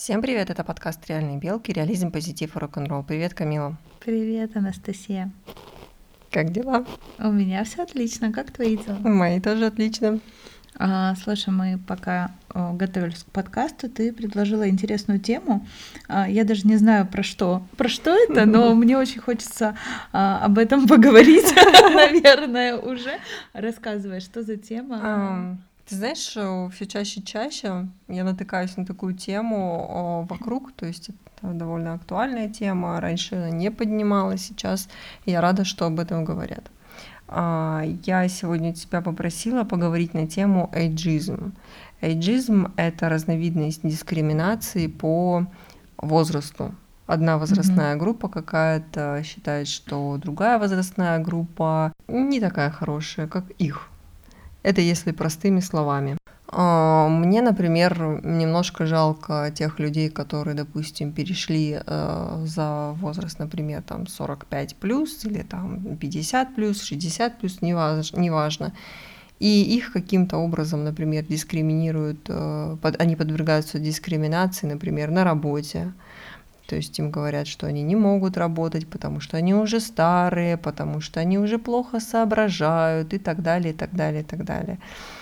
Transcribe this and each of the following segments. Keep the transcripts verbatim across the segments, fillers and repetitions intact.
Всем привет, это подкаст «Реальные белки», реализм, позитив и рок-н-ролл. Привет, Камила. Привет, Анастасия. Как дела? У меня все отлично, как твои дела? Мои тоже отлично. А, слушай, мы пока о, готовились к подкасту, ты предложила интересную тему. А, я даже не знаю, про что, про что это, но мне очень хочется а, об этом поговорить, наверное, уже. Рассказывай, что за тема? Ты знаешь, все чаще и чаще я натыкаюсь на такую тему вокруг, то есть это довольно актуальная тема, раньше она не поднималась, сейчас я рада, что об этом говорят. Я сегодня тебя попросила поговорить на тему эйджизм. Эйджизм — это разновидность дискриминации по возрасту. Одна возрастная mm-hmm. группа какая-то считает, что другая возрастная группа не такая хорошая, как их. Это если простыми словами. Мне, например, немножко жалко тех людей, которые, допустим, перешли э, за возраст, например, там сорок пять плюс или там пятьдесят плюс, шестьдесят плюс, неважно, неважно. И их каким-то образом, например, дискриминируют, э, под, они подвергаются дискриминации, например, на работе. То есть им говорят, что они не могут работать, потому что они уже старые, потому что они уже плохо соображают и так далее, и так далее, и так далее.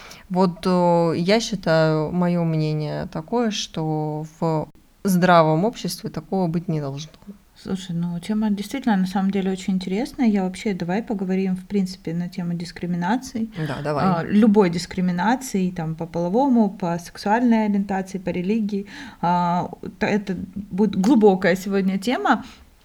Вот я считаю, мое мнение такое, что в здравом обществе такого быть не должно. Слушай, ну тема действительно на самом деле очень интересная. Я вообще давай поговорим в принципе на тему дискриминации. Да, давай. А, любой дискриминации, там по половому, по сексуальной ориентации, по религии. А, это будет глубокая сегодня тема.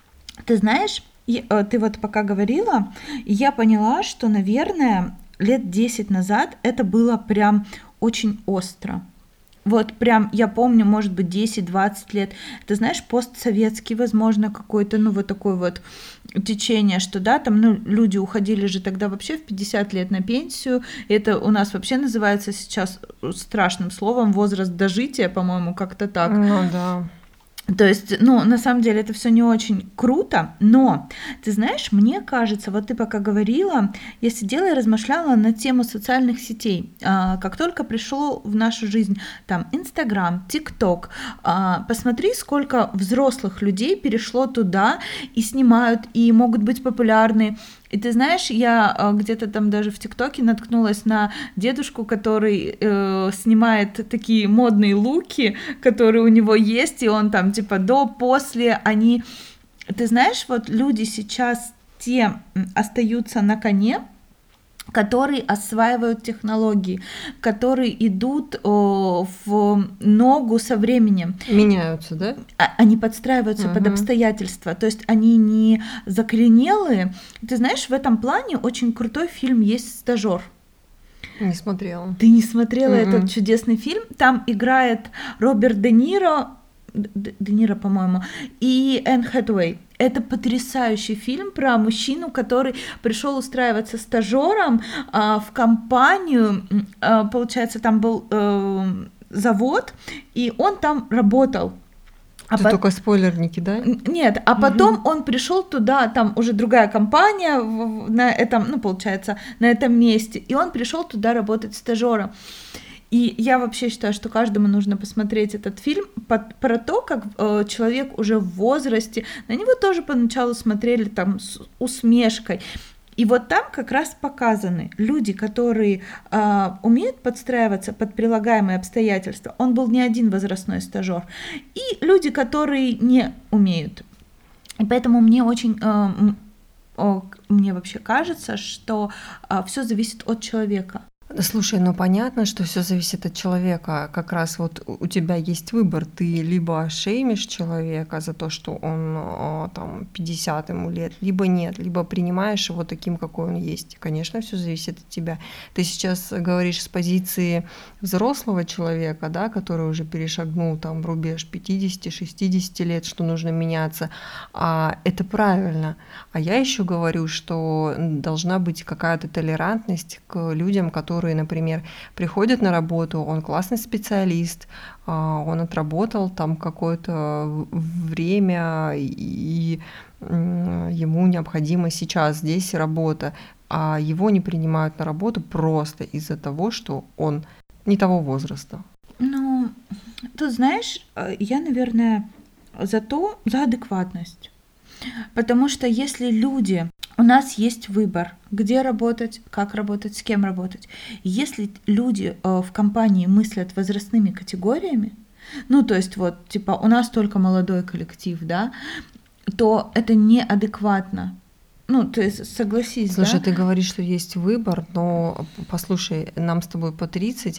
Ты знаешь, ты вот пока говорила, и я поняла, что, наверное, лет десять назад это было прям очень остро. Вот прям, я помню, может быть, десять-двадцать лет, это, знаешь, постсоветский, возможно, какой-то, ну, вот такое вот течение, что, да, там, ну, люди уходили же тогда вообще в пятьдесят лет на пенсию, это у нас вообще называется сейчас страшным словом возраст дожития, по-моему, как-то так. Ну, да. То есть, ну, на самом деле это все не очень круто, но, ты знаешь, мне кажется, вот ты пока говорила, я сидела и размышляла на тему социальных сетей. А, как только пришло в нашу жизнь там Инстаграм, ТикТок, а, посмотри, сколько взрослых людей перешло туда и снимают, и могут быть популярны. И ты знаешь, я где-то там даже в ТикТоке наткнулась на дедушку, который э, снимает такие модные луки, которые у него есть, и он там типа до, после, они... Ты знаешь, вот люди сейчас те остаются на коне, которые осваивают технологии, которые идут о, в ногу со временем. Меняются, да? Они подстраиваются uh-huh. под обстоятельства, то есть они не закоренелые. Ты знаешь, в этом плане очень крутой фильм есть «Стажёр». Не смотрела. Ты не смотрела Mm-mm. этот чудесный фильм? Там играет Роберт Де Ниро, Де Ниро, по-моему, и Энн Хэтэуэй. Это потрясающий фильм про мужчину, который пришел устраиваться стажером а, в компанию. А, получается, там был а, завод, и он там работал. А Ты по... только спойлер не кидай. Нет, а потом угу. он пришел туда, там уже другая компания на этом, ну, получается, на этом месте, и он пришел туда работать стажером. И я вообще считаю, что каждому нужно посмотреть этот фильм под, про то, как э, человек уже в возрасте, на него тоже поначалу смотрели там с усмешкой. И вот там как раз показаны люди, которые э, умеют подстраиваться под прилагаемые обстоятельства. Он был не один возрастной стажер. И люди, которые не умеют. И поэтому мне очень... Э, э, мне вообще кажется, что э, все зависит от человека. Слушай, ну понятно, что все зависит от человека. Как раз вот у тебя есть выбор. Ты либо шеймишь человека за то, что он там пятьдесят ему лет, либо нет, либо принимаешь его таким, какой он есть. Конечно, все зависит от тебя. Ты сейчас говоришь с позиции взрослого человека, да, который уже перешагнул там рубеж пятьдесят-шестьдесят лет, что нужно меняться. А это правильно. А я еще говорю, что должна быть какая-то толерантность к людям, которые которые, например, приходят на работу, он классный специалист, он отработал там какое-то время, и ему необходима сейчас здесь работа, а его не принимают на работу просто из-за того, что он не того возраста. Ну, Тут, знаешь, э, я, наверное, за то, за адекватность. Потому что если люди, у нас есть выбор, где работать, как работать, с кем работать. Если люди э, в компании мыслят возрастными категориями, ну, то есть вот, типа, у нас только молодой коллектив, да, то это неадекватно. Ну, то есть, согласись, Слушай, да? ты говоришь, что есть выбор, но послушай, нам с тобой по тридцать,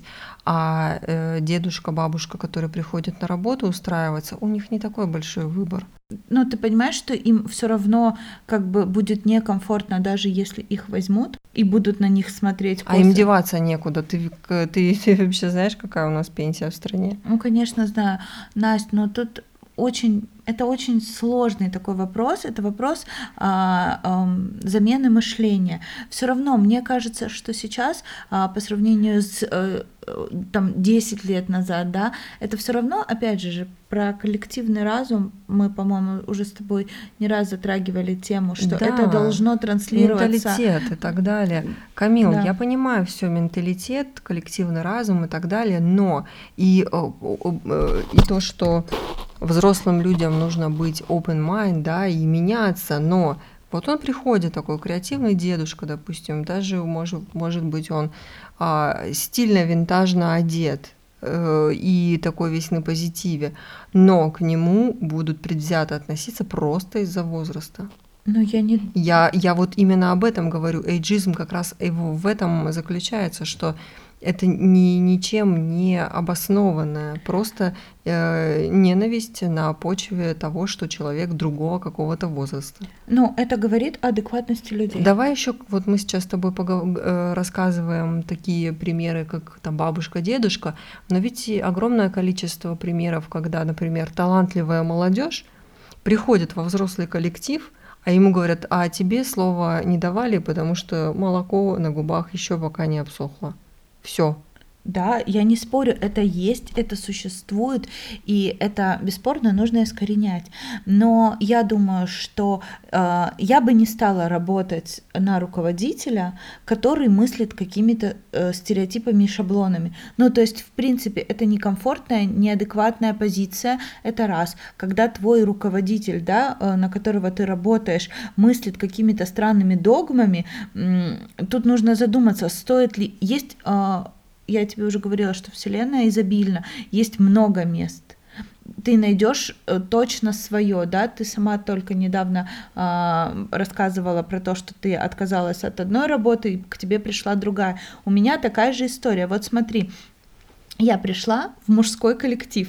а э, дедушка, бабушка, которые приходят на работу устраиваться, у них не такой большой выбор. Но ты понимаешь, что им все равно как бы будет некомфортно, даже если их возьмут и будут на них смотреть А им косо. деваться некуда. Ты, к- ты, ты вообще знаешь, какая у нас пенсия в стране? Ну, конечно, знаю, Настя, но тут очень, это очень сложный такой вопрос. Это вопрос а, ам, замены мышления. Все равно мне кажется, что сейчас а, по сравнению с э, э, там десять лет назад, да, это все равно, опять же, же, про коллективный разум мы, по-моему, уже с тобой не раз затрагивали тему, что это Да, должно транслироваться. менталитет и так далее. Камил, Да. я понимаю все, менталитет, коллективный разум и так далее, но и, э, э, и то, что взрослым людям нужно быть open mind, да, и меняться, но вот он приходит, такой креативный дедушка, допустим, даже может, может быть он а, стильно, винтажно одет, э, и такой весь на позитиве, но к нему будут предвзято относиться просто из-за возраста. Но я не... Я, я вот именно об этом говорю. Эйджизм как раз его в этом заключается, что это ни, ничем не обоснованная, просто э, ненависть на почве того, что человек другого какого-то возраста. Ну, это говорит о адекватности людей. Давай еще, вот мы сейчас с тобой погов- э, рассказываем такие примеры, как там бабушка, дедушка, но ведь и огромное количество примеров, когда, например, талантливая молодежь приходит во взрослый коллектив, а ему говорят, а тебе слова не давали, потому что молоко на губах еще пока не обсохло. Все. Да, я не спорю, это есть, это существует, и это бесспорно нужно искоренять. Но я думаю, что э, я бы не стала работать на руководителя, который мыслит какими-то э, стереотипами и шаблонами. Ну, то есть, в принципе, это некомфортная, неадекватная позиция, это раз. Когда твой руководитель, да, э, на которого ты работаешь, мыслит какими-то странными догмами, м, тут нужно задуматься, стоит ли... Есть... Э, я тебе уже говорила, что Вселенная изобильна, есть много мест. Ты найдешь точно свое, да, ты сама только недавно э, рассказывала про то, что ты отказалась от одной работы, и к тебе пришла другая. У меня такая же история. Вот смотри, я пришла в мужской коллектив,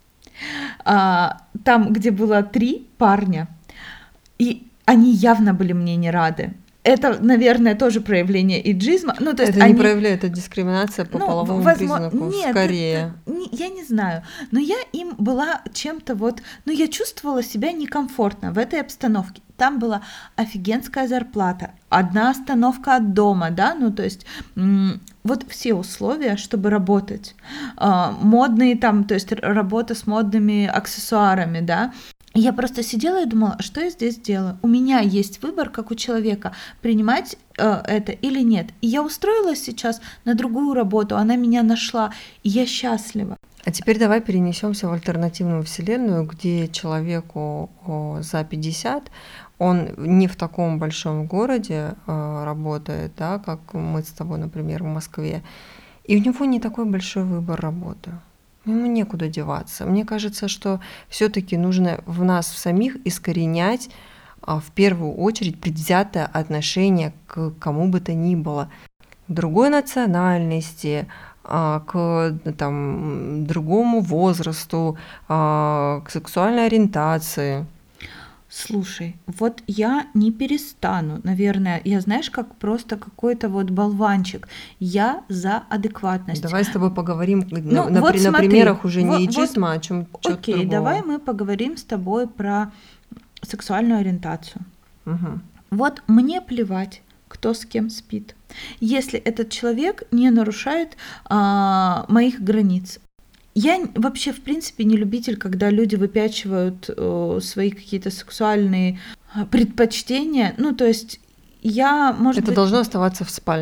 э, там, где было три парня, и они явно были мне не рады. Это, наверное, тоже проявление иджизма. Ну, то есть это они... не проявляет, это дискриминация по ну, половому возможно... признаку, Нет, скорее. Это, не, я не знаю. Но я им была чем-то вот... Ну, я чувствовала себя некомфортно в этой обстановке. Там была офигенская зарплата, одна остановка от дома, да, ну, то есть м- вот все условия, чтобы работать. Э, модные там, то есть работа с модными аксессуарами, да. Я просто сидела и думала, что я здесь делаю? У меня есть выбор, как у человека, принимать э, это или нет. И я устроилась сейчас на другую работу, она меня нашла, и я счастлива. А теперь давай перенесемся в альтернативную вселенную, где человеку о, за пятьдесят, он не в таком большом городе э, работает, да, как мы с тобой, например, в Москве, и у него не такой большой выбор работы. Ему некуда деваться. Мне кажется, что все-таки нужно в нас в самих искоренять а, в первую очередь предвзятое отношение к кому бы то ни было, к другой национальности, а, к там, другому возрасту, а, к сексуальной ориентации. Слушай, вот я не перестану, наверное, я знаешь, как просто какой-то вот болванчик. Я за адекватность. Давай с тобой поговорим Ну, на, вот на смотри, примерах уже вот, не вот, эйджизма, а о чем чего-то окей, другого. давай мы поговорим с тобой про сексуальную ориентацию. Угу. Вот мне плевать, кто с кем спит, если этот человек не нарушает а, моих границ. Я вообще, в принципе, не любитель, когда люди выпячивают э, свои какие-то сексуальные предпочтения. Ну, то есть я, может Это быть... должно оставаться в спальне.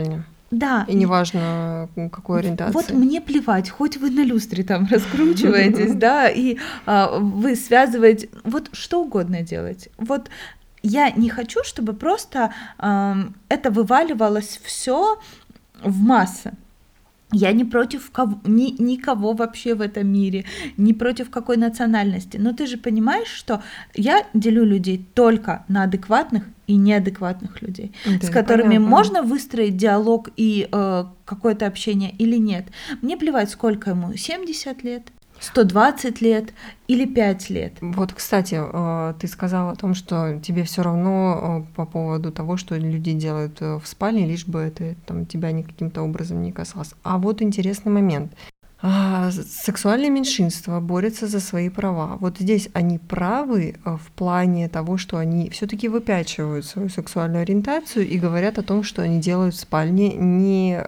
Да. И неважно, какой ориентации. Вот мне плевать, хоть вы на люстре там раскручиваетесь, да, и а, вы связываете, вот что угодно делать. Вот я не хочу, чтобы просто а, это вываливалось все в массы. Я не против кого, ни, никого вообще в этом мире, не против какой национальности. Но ты же понимаешь, что я делю людей только на адекватных и неадекватных людей, Да, с которыми понятно. можно выстроить диалог и э, какое-то общение или нет. Мне плевать, сколько ему, семьдесят лет, сто двадцать лет или пять лет. Вот, кстати, ты сказала о том, что тебе все равно по поводу того, что люди делают в спальне, лишь бы это там, тебя ни каким-то образом не касалось. А вот интересный момент. Сексуальные меньшинства борются за свои права. Вот здесь они правы в плане того, что они все-таки выпячивают свою сексуальную ориентацию и говорят о том, что они делают в спальне не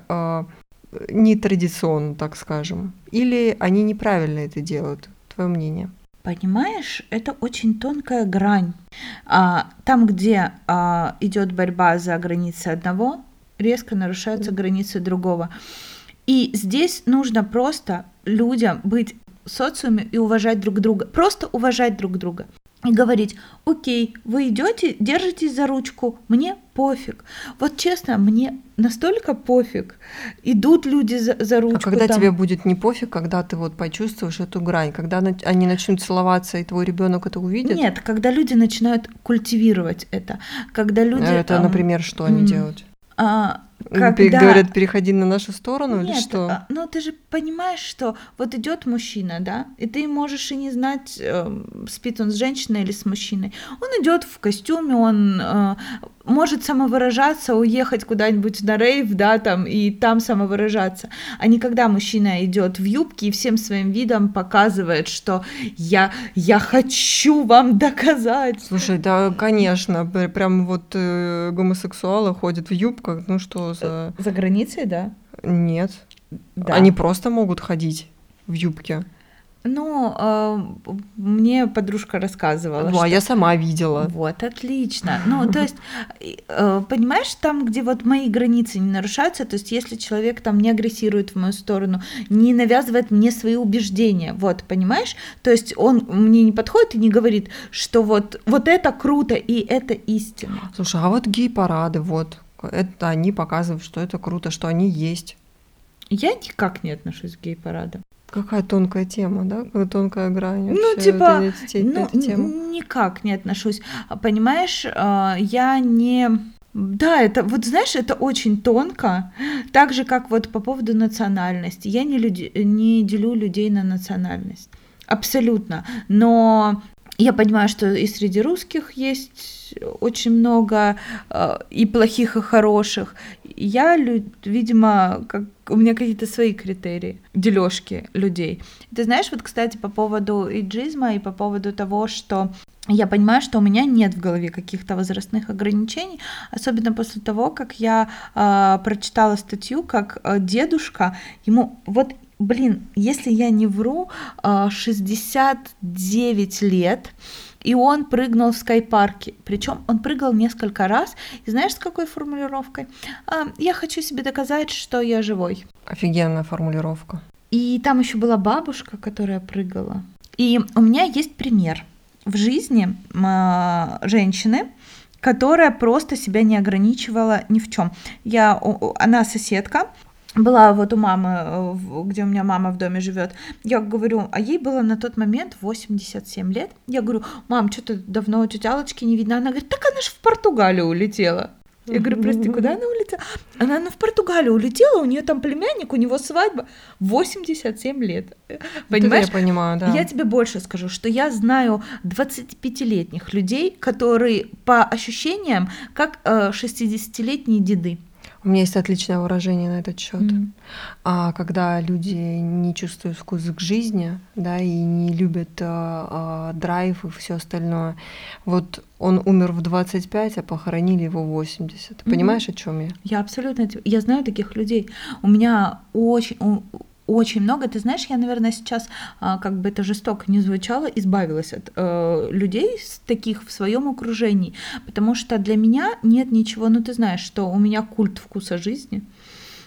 не традиционно, так скажем, или они неправильно это делают? Твое мнение? Понимаешь, это очень тонкая грань. А, там, где а, идет борьба за границы одного, резко нарушаются границы другого. И здесь нужно просто людям быть в социуме и уважать друг друга. Просто уважать друг друга. И говорить: окей, вы идете, держитесь за ручку, мне пофиг. Вот честно, мне настолько пофиг. Идут люди за, за ручку. А когда там... тебе будет не пофиг, когда ты вот почувствуешь эту грань, когда они начнут целоваться, и твой ребенок это увидит? Нет, когда люди начинают культивировать это. Когда люди... Это, эм, например, что они м, делают? А, когда... Говорят, переходи на нашу сторону. Нет, или что? Ну ты же понимаешь, что вот идет мужчина, да, и ты можешь и не знать, э, спит он с женщиной или с мужчиной. Он идет в костюме, он э, может самовыражаться, уехать куда-нибудь на рейв, да, там, и там самовыражаться. А не когда мужчина идет в юбке и всем своим видом показывает, что я, я хочу вам доказать. Слушай, да, конечно, прям вот э, гомосексуалы ходят в юбках, ну что за... За границей, да? Нет. Да. Они просто могут ходить в юбке. Ну, э, мне подружка рассказывала. Ну, что... а я сама видела. Вот, отлично. Ну, то есть, э, понимаешь, там, где вот мои границы не нарушаются, то есть, если человек там не агрессирует в мою сторону, не навязывает мне свои убеждения, вот, понимаешь? То есть, он мне не подходит и не говорит, что вот, вот это круто и это истина. Слушай, а вот гей-парады, вот, это они показывают, что это круто, что они есть. Я никак не отношусь к гей-парадам. Какая тонкая тема, да? Какая тонкая грань. Ну, типа, эти, эти, ну, никак не отношусь. Понимаешь, я не... Да, это, вот знаешь, это очень тонко. Так же, как вот по поводу национальности. Я не, люди, не делю людей на национальность. Абсолютно. Но я понимаю, что и среди русских есть очень много э, и плохих, и хороших. Я, видимо, как, у меня какие-то свои критерии дележки людей. Ты знаешь, вот, кстати, по поводу эйджизма и по поводу того, что я понимаю, что у меня нет в голове каких-то возрастных ограничений, особенно после того, как я э, прочитала статью, как э, дедушка, ему вот... Блин, если я не вру, шестьдесят девять лет, и он прыгнул в скайпарке. Причем он прыгал несколько раз. И знаешь, с какой формулировкой? Я хочу себе доказать, что я живой. Офигенная формулировка. И там еще была бабушка, которая прыгала. И у меня есть пример в жизни женщины, которая просто себя не ограничивала ни в чем. Я, она соседка. Была вот у мамы, где у меня мама в доме живет. Я говорю, а ей было на тот момент восемьдесят семь лет. Я говорю, мам, что-то давно у тети Аллочки не видно. Она говорит, так она же в Португалию улетела. Я говорю, прости, куда она улетела? Она, она в Португалию улетела, у нее там племянник, у него свадьба. восемьдесят семь лет. Понимаешь? Это я понимаю, да. Я тебе больше скажу, что я знаю двадцатипятилетних людей, которые по ощущениям как э, шестидесятилетние деды. У меня есть отличное выражение на этот счет. Mm. А когда люди не чувствуют вкус к жизни, да, и не любят а, а, драйв и все остальное. Вот он умер в двадцать пять, а похоронили его в восемьдесят. Ты mm-hmm. понимаешь, о чем я? Я абсолютно... Я знаю таких людей. У меня очень... Очень много. Ты знаешь, я, наверное, сейчас, как бы это жестоко не звучало, избавилась от э, людей таких в своем окружении, потому что для меня нет ничего, ну ты знаешь, что у меня культ вкуса жизни,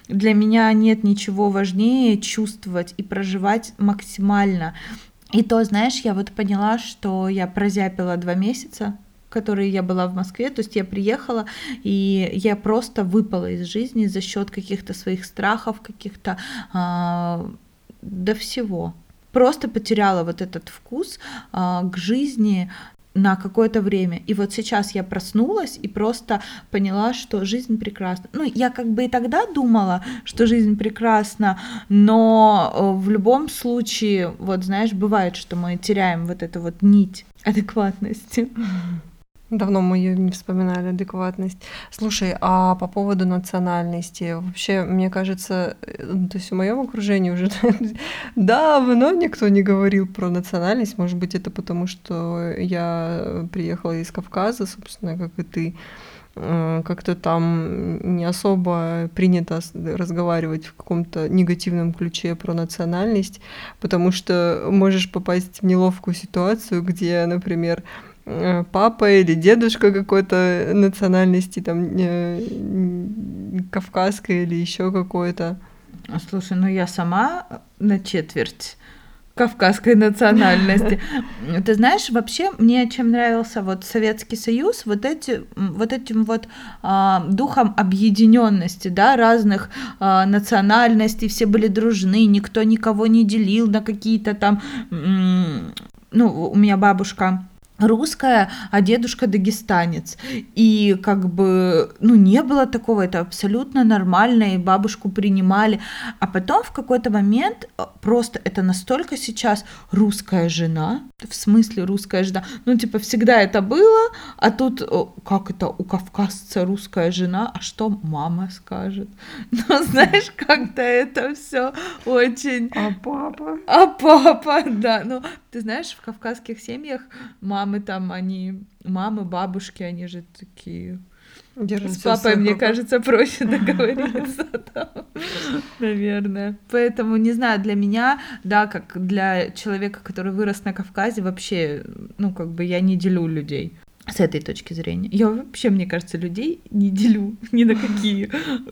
для меня нет ничего важнее чувствовать и проживать максимально. И то, знаешь, я вот поняла, что я прозябила два месяца, которые я была в Москве, то есть я приехала, и я просто выпала из жизни за счет каких-то своих страхов, каких-то а, до всего. Просто потеряла вот этот вкус а, к жизни на какое-то время. И вот сейчас я проснулась и просто поняла, что жизнь прекрасна. Ну, я как бы и тогда думала, что жизнь прекрасна, но в любом случае, вот знаешь, бывает, что мы теряем вот эту вот нить адекватности. Давно мы ее не вспоминали, адекватность. Слушай, а по поводу национальности, вообще, мне кажется, то есть в моем окружении уже давно никто не говорил про национальность. Может быть, это потому, что я приехала из Кавказа, собственно, как и ты. Как-то там не особо принято разговаривать в каком-то негативном ключе про национальность, потому что можешь попасть в неловкую ситуацию, где, например, папа или дедушка какой-то национальности, там, кавказской или еще какой-то. Слушай, ну я сама на четверть кавказской национальности. Ты знаешь, вообще мне чем нравился вот Советский Союз, вот, эти, вот этим вот а, духом объединенности, да, разных а, национальностей, все были дружны, никто никого не делил на какие-то там, м- ну, у меня бабушка русская, а дедушка дагестанец. И как бы, ну, не было такого, это абсолютно нормально, и бабушку принимали. А потом в какой-то момент просто это настолько сейчас русская жена, в смысле русская жена, ну, типа, всегда это было, а тут, как это, у кавказца русская жена, а что мама скажет? Ну, знаешь, как-то это все очень... А папа? А папа, да, ну, ты знаешь, в кавказских семьях мамы там, они, мамы, бабушки, они же такие... Держатся с папой, мне руках. кажется, проще договориться, наверное. Поэтому, не знаю, для меня, да, как для человека, который вырос на Кавказе, вообще, ну, как бы я не делю людей с этой точки зрения. Я вообще, мне кажется, людей не делю ни на какие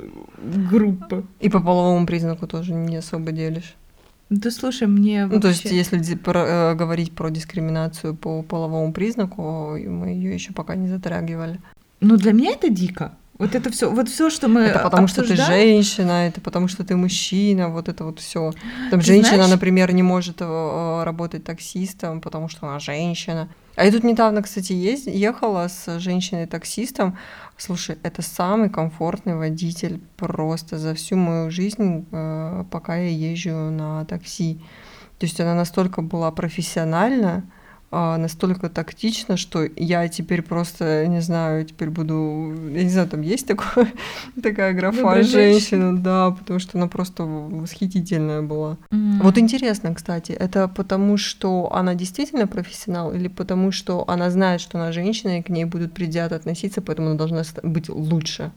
группы. И по половому признаку тоже не особо делишь. Да слушай, мне вообще... Ну, то есть, если про, э, говорить про дискриминацию по половому признаку, мы ее еще пока не затрагивали. Ну, для меня это дико. Вот это все, вот все, что мы Это потому, обсуждаем... что ты женщина, это потому, что ты мужчина, вот это вот все. Там Ты женщина, знаешь... например, не может работать таксистом, потому что она женщина. А я тут недавно, кстати, езд... ехала с женщиной-таксистом. Слушай, это самый комфортный водитель просто за всю мою жизнь, пока я езжу на такси. То есть она настолько была профессиональна, настолько тактично, что я теперь просто, не знаю, теперь буду... Я не знаю, там есть такое, такая графа женщина, да, потому что она просто восхитительная была. Mm. Вот интересно, кстати, это потому, что она действительно профессионал или потому, что она знает, что она женщина, и к ней будут предвзято относиться, поэтому она должна быть лучше?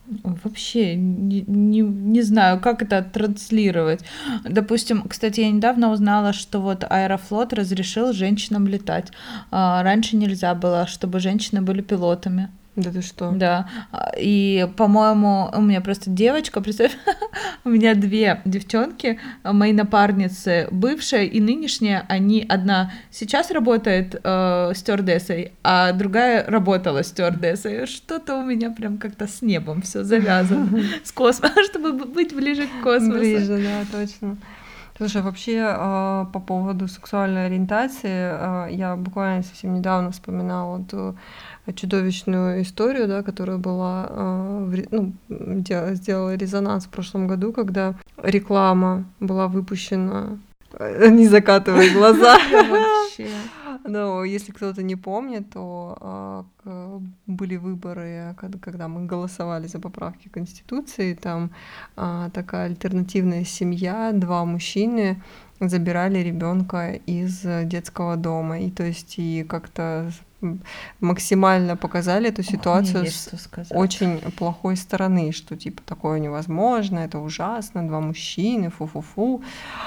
Вообще не, не, не знаю, как это транслировать. Допустим, кстати, я недавно узнала, что вот Аэрофлот разрешил женщинам летать. А, раньше нельзя было, чтобы женщины были пилотами. Да ты что? Да. И, по-моему, у меня просто девочка, представь, у меня две девчонки, мои напарницы, бывшая и нынешняя, они одна сейчас работает э, стюардессой, а другая работала стюардессой. Что-то у меня прям как-то с небом все завязано, с космосом, чтобы быть ближе к космосу. Ближе, да, точно. Слушай, вообще по поводу сексуальной ориентации, я буквально совсем недавно вспоминала эту чудовищную историю, да, которая была, ну, сделала резонанс в прошлом году, когда реклама была выпущена. Не закатывай глаза. Вообще. Но если кто-то не помнит, то э, были выборы, когда, когда мы голосовали за поправки Конституции, там э, такая альтернативная семья, два мужчины забирали ребенка из детского дома, и то есть и как-то максимально показали эту ситуацию Ох, с очень плохой стороны, что типа такое невозможно, это ужасно, два мужчины, фу-фу-фу,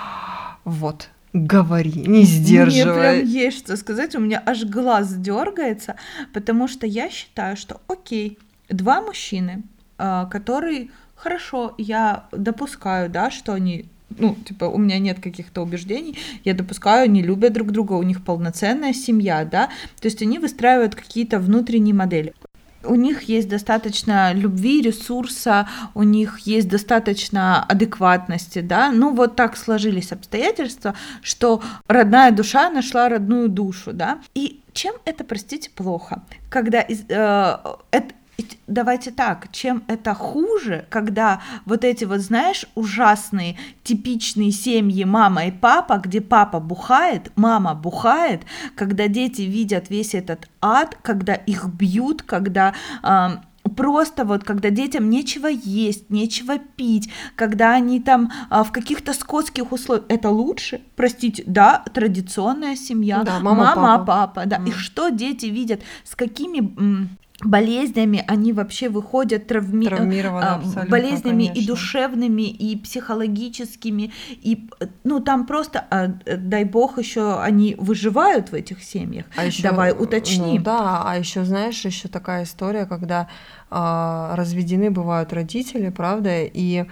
вот. Говори, не сдерживай. Мне прям есть что сказать, у меня аж глаз дергается, потому что я считаю, что окей, два мужчины, которые хорошо, я допускаю, да, что они, ну, типа, у меня нет каких-то убеждений, я допускаю, они любят друг друга, у них полноценная семья, да, то есть они выстраивают какие-то внутренние модели. У них есть достаточно любви, ресурса, у них есть достаточно адекватности, да, ну вот так сложились обстоятельства, что родная душа нашла родную душу, да, и чем это, простите, плохо, когда из, э, это, давайте так, чем это хуже, когда вот эти вот, знаешь, ужасные, типичные семьи мама и папа, где папа бухает, мама бухает, когда дети видят весь этот ад, когда их бьют, когда... Э, Просто вот, когда детям нечего есть, нечего пить, когда они там а, в каких-то скотских условиях, это лучше, простите, да, традиционная семья, Да, мама, мама, папа. папа, да, Мгм. и что дети видят, с какими м, болезнями они вообще выходят, травми... Травмированы а, абсолютно, болезнями и конечно. душевными, и психологическими, и, ну, там просто, а, дай бог, еще они выживают в этих семьях. А еще, Давай ну уточним. да, а еще, знаешь, еще такая история, когда а, разведены бывают родители, правда, и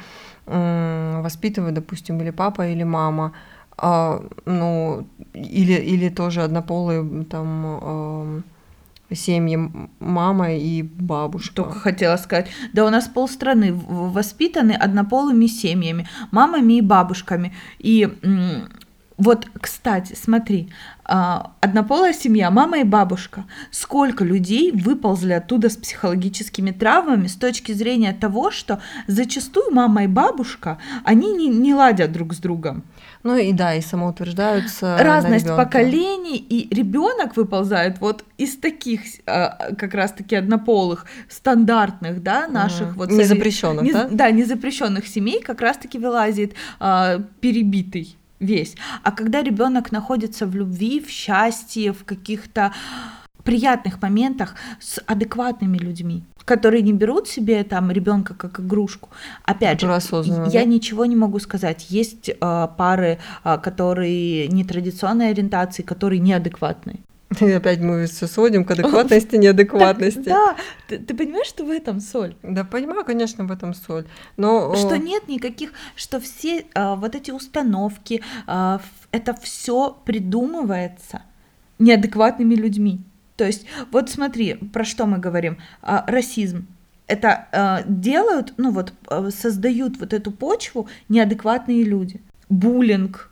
м, воспитывают, допустим, или папа, или мама, а, ну, или, или тоже однополые там ам, семьи, м- мама и бабушка. Только хотела сказать, да у нас полстраны в- воспитаны однополыми семьями, мамами и бабушками. И м, вот, кстати, смотри, а, однополая семья, мама и бабушка. Сколько людей выползли оттуда с психологическими травмами с точки зрения того, что зачастую мама и бабушка, они не, не ладят друг с другом. Ну и да, и самоутверждаются на Разность ребенке. поколений, и ребенок выползает вот из таких э, как раз-таки однополых, стандартных, да, наших Мгм. вот Незапрещенных, не- да? да, незапрещенных семей как раз-таки вылазит э, перебитый весь. А когда ребенок находится в любви, в счастье, в каких-то приятных моментах с адекватными людьми, которые не берут себе там ребенка как игрушку. Опять Которые же, осознанно, я да? ничего не могу сказать. Есть э, пары, э, которые нетрадиционной ориентации, которые неадекватные. И опять мы все сводим к адекватности, неадекватности. Да, ты, ты понимаешь, что в этом соль? Да, понимаю, конечно, в этом соль. Но Что о, нет никаких, что все э, вот эти установки, э, ф- это все придумывается неадекватными людьми. То есть, вот смотри, про что мы говорим. А, расизм. Это э, делают, ну вот, э, создают вот эту почву неадекватные люди. Буллинг,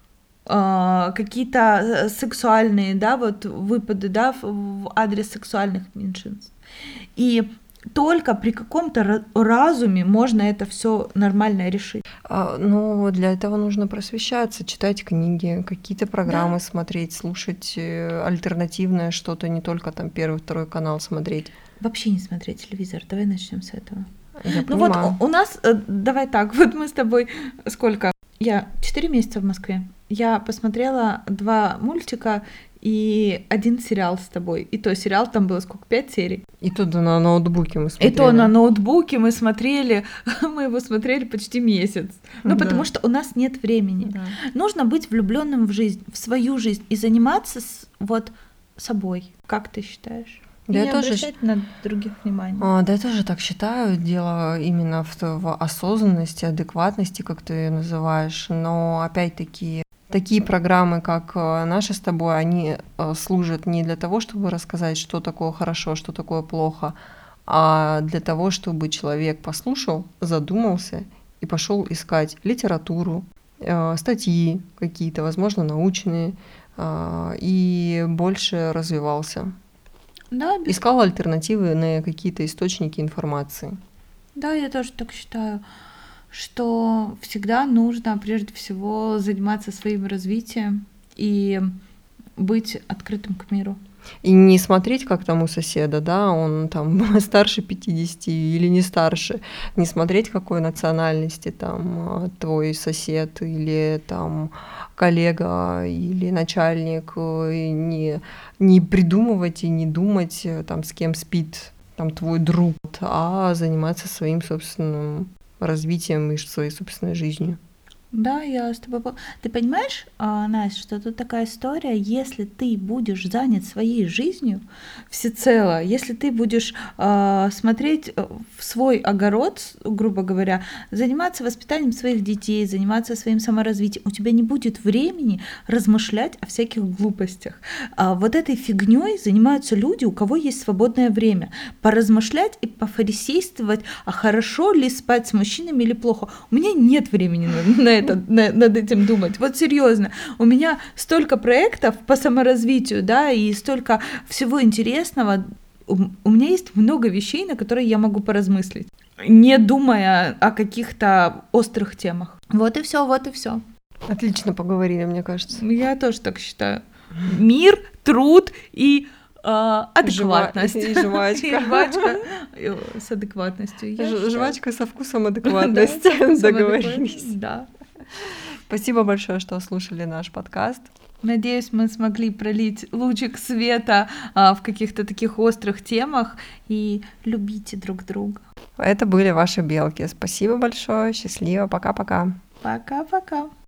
э, какие-то э, сексуальные, да, вот выпады, да, в, в адрес сексуальных меньшинств. И только при каком-то ра- разуме можно это все нормально решить. а, ну, для этого нужно просвещаться, читать книги, какие-то программы Да. смотреть, слушать э, альтернативное что-то, не только там первый, второй канал смотреть. Вообще не смотреть телевизор. Давай начнем с этого. Я Ну вот понимаю. у у нас, э, давай так, вот мы с тобой сколько? Я четыре месяца в Москве. Я посмотрела два мультика и один сериал с тобой. И то сериал там было сколько? Пять серий. И тут на ноутбуке мы И смотрели. то на ноутбуке мы смотрели, мы его смотрели почти месяц. Ну, Да. потому что у нас нет времени. Да. Нужно быть влюбленным в жизнь, в свою жизнь и заниматься с, вот собой. Как ты считаешь? И Да, я не тоже обращать на других внимания. А, да, я тоже так считаю. Дело именно в, т- в осознанности, адекватности, как ты её называешь. Но опять-таки такие программы, как э, наши с тобой, они э, служат не для того, чтобы рассказать, что такое хорошо, что такое плохо, а для того, чтобы человек послушал, задумался и пошел искать литературу, э, статьи какие-то, возможно, научные, а, и больше развивался. Да, без- Искал альтернативы на какие-то источники информации. да, я тоже так считаю, что всегда нужно прежде всего заниматься своим развитием и быть открытым к миру. И не смотреть, как там у соседа, да, он там старше пятидесяти или не старше, не смотреть, какой национальности там а, твой сосед или там коллега или начальник, э, и не, не придумывать и не думать, э, там, с кем спит там твой друг, а заниматься своим собственным развитием и своей собственной жизнью. Да, я с тобой... по- Ты понимаешь, а, Настя, что тут такая история, если ты будешь занят своей жизнью всецело, если ты будешь а, смотреть э, в свой огород, с- грубо говоря, заниматься воспитанием своих детей, заниматься своим саморазвитием, у тебя не будет времени размышлять о всяких глупостях. А вот этой фигней занимаются люди, у кого есть свободное время. Поразмышлять и пофарисействовать, а хорошо ли спать с мужчинами или плохо. У меня нет времени на, на это, на- над этим думать. Вот серьезно, у меня столько проектов по саморазвитию, да, и столько всего интересного. У, у меня есть много вещей, на которые я могу поразмыслить, не думая о каких-то острых темах. Вот и все, вот и все. Отлично поговорили, мне кажется. Я тоже так считаю. Мир, труд и а, Жива- адекватность. И жвачка. И жвачка э, с адекватностью. Я Ж- считаю. Жвачка со вкусом Да, адекватности. со вкусом Договорились. адекватности, да. Спасибо большое, что слушали наш подкаст. Надеюсь, мы смогли пролить лучик света а, в каких-то таких острых темах. И любите друг друга. Это были ваши белки. Спасибо большое. Счастливо. Пока-пока. Пока-пока.